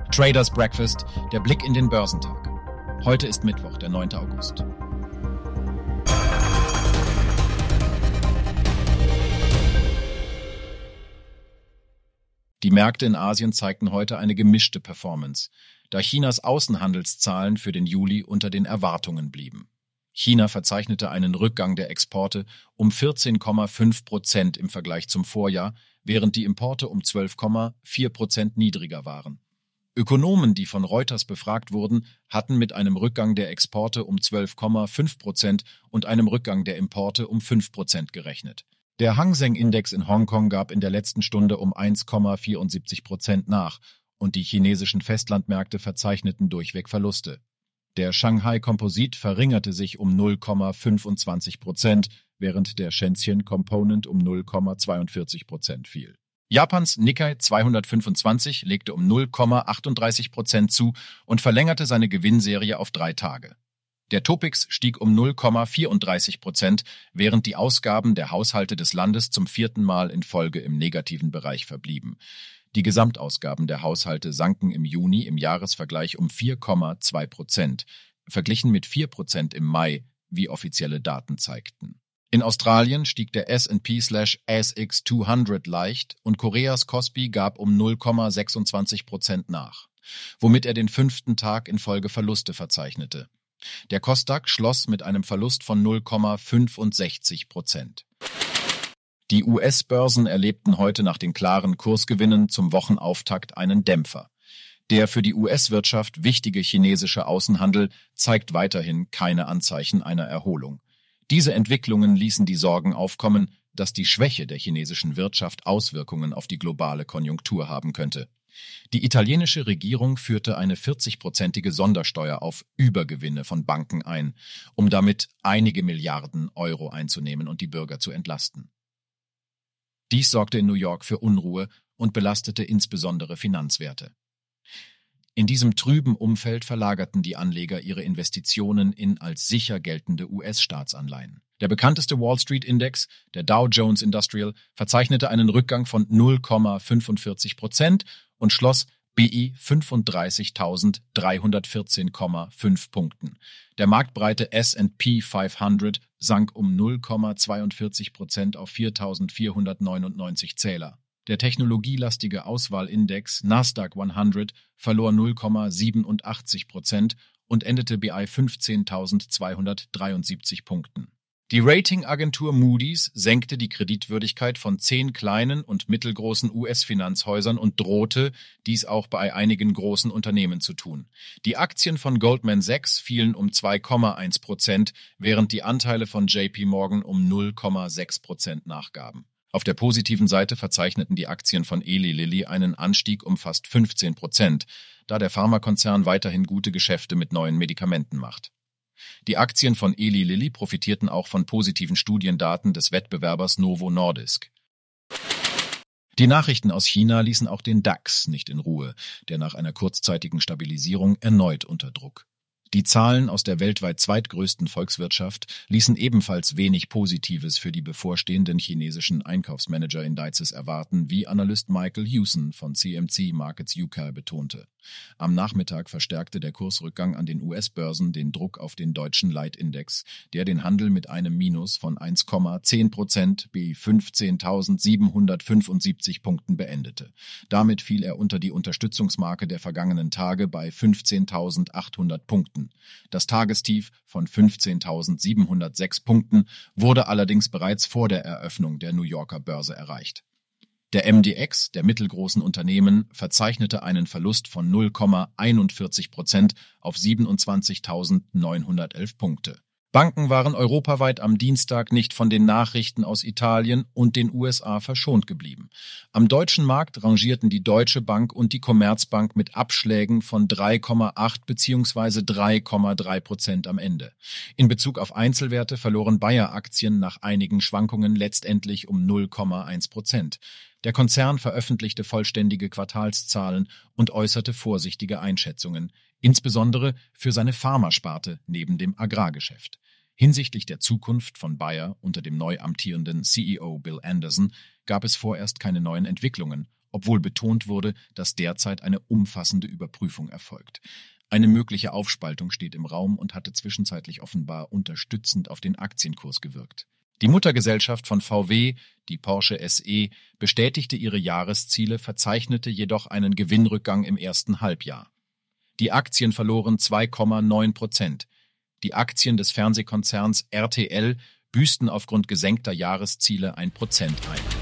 Traders Breakfast, der Blick in den Börsentag. Heute ist Mittwoch, der 9. August. Die Märkte in Asien zeigten heute eine gemischte Performance, da Chinas Außenhandelszahlen für den Juli unter den Erwartungen blieben. China verzeichnete einen Rückgang der Exporte um 14,5% im Vergleich zum Vorjahr, während die Importe um 12,4% niedriger waren. Ökonomen, die von Reuters befragt wurden, hatten mit einem Rückgang der Exporte um 12,5% und einem Rückgang der Importe um 5% gerechnet. Der Hang Seng Index in Hongkong gab in der letzten Stunde um 1,74% nach und die chinesischen Festlandmärkte verzeichneten durchweg Verluste. Der Shanghai Composite verringerte sich um 0,25%, während der Shenzhen Component um 0,42% fiel. Japans Nikkei 225 legte um 0,38% zu und verlängerte seine Gewinnserie auf 3 Tage. Der Topix stieg um 0,34%, während die Ausgaben der Haushalte des Landes zum 4. Mal in Folge im negativen Bereich verblieben. Die Gesamtausgaben der Haushalte sanken im Juni im Jahresvergleich um 4,2%, verglichen mit 4% im Mai, wie offizielle Daten zeigten. In Australien stieg der S&P/ASX 200 leicht und Koreas Kospi gab um 0,26% nach, womit er den 5. Tag in Folge Verluste verzeichnete. Der Kosdaq schloss mit einem Verlust von 0,65%. Die US-Börsen erlebten heute nach den klaren Kursgewinnen zum Wochenauftakt einen Dämpfer. Der für die US-Wirtschaft wichtige chinesische Außenhandel zeigt weiterhin keine Anzeichen einer Erholung. Diese Entwicklungen ließen die Sorgen aufkommen, dass die Schwäche der chinesischen Wirtschaft Auswirkungen auf die globale Konjunktur haben könnte. Die italienische Regierung führte eine 40-prozentige Sondersteuer auf Übergewinne von Banken ein, um damit einige Milliarden Euro einzunehmen und die Bürger zu entlasten. Dies sorgte in New York für Unruhe und belastete insbesondere Finanzwerte. In diesem trüben Umfeld verlagerten die Anleger ihre Investitionen in als sicher geltende US-Staatsanleihen. Der bekannteste Wall Street-Index, der Dow Jones Industrial, verzeichnete einen Rückgang von 0,45% und schloss BI 35.314,5 Punkten. Der marktbreite S&P 500 sank um 0,42% auf 4.499 Zähler. Der technologielastige Auswahlindex Nasdaq 100 verlor 0,87% und endete bei 15.273 Punkten. Die Ratingagentur Moody's senkte die Kreditwürdigkeit von 10 kleinen und mittelgroßen US-Finanzhäusern und drohte, dies auch bei einigen großen Unternehmen zu tun. Die Aktien von Goldman Sachs fielen um 2,1%, während die Anteile von JP Morgan um 0,6% nachgaben. Auf der positiven Seite verzeichneten die Aktien von Eli Lilly einen Anstieg um fast 15%, da der Pharmakonzern weiterhin gute Geschäfte mit neuen Medikamenten macht. Die Aktien von Eli Lilly profitierten auch von positiven Studiendaten des Wettbewerbers Novo Nordisk. Die Nachrichten aus China ließen auch den DAX nicht in Ruhe, der nach einer kurzzeitigen Stabilisierung erneut unter Druck. Die Zahlen aus der weltweit zweitgrößten Volkswirtschaft ließen ebenfalls wenig Positives für die bevorstehenden chinesischen Einkaufsmanager-Indizes erwarten, wie Analyst Michael Hewson von CMC Markets UK betonte. Am Nachmittag verstärkte der Kursrückgang an den US-Börsen den Druck auf den deutschen Leitindex, der den Handel mit einem Minus von 1,10% bei 15.775 Punkten beendete. Damit fiel er unter die Unterstützungsmarke der vergangenen Tage bei 15.800 Punkten. Das Tagestief von 15.706 Punkten wurde allerdings bereits vor der Eröffnung der New Yorker Börse erreicht. Der MDX der mittelgroßen Unternehmen verzeichnete einen Verlust von 0,41% auf 27.911 Punkte. Banken waren europaweit am Dienstag nicht von den Nachrichten aus Italien und den USA verschont geblieben. Am deutschen Markt rangierten die Deutsche Bank und die Commerzbank mit Abschlägen von 3,8 bzw. 3,3% am Ende. In Bezug auf Einzelwerte verloren Bayer-Aktien nach einigen Schwankungen letztendlich um 0,1%. Der Konzern veröffentlichte vollständige Quartalszahlen und äußerte vorsichtige Einschätzungen, insbesondere für seine Pharmasparte neben dem Agrargeschäft. Hinsichtlich der Zukunft von Bayer unter dem neu amtierenden CEO Bill Anderson gab es vorerst keine neuen Entwicklungen, obwohl betont wurde, dass derzeit eine umfassende Überprüfung erfolgt. Eine mögliche Aufspaltung steht im Raum und hatte zwischenzeitlich offenbar unterstützend auf den Aktienkurs gewirkt. Die Muttergesellschaft von VW, die Porsche SE, bestätigte ihre Jahresziele, verzeichnete jedoch einen Gewinnrückgang im ersten Halbjahr. Die Aktien verloren 2,9%. Die Aktien des Fernsehkonzerns RTL büßten aufgrund gesenkter Jahresziele 1% ein.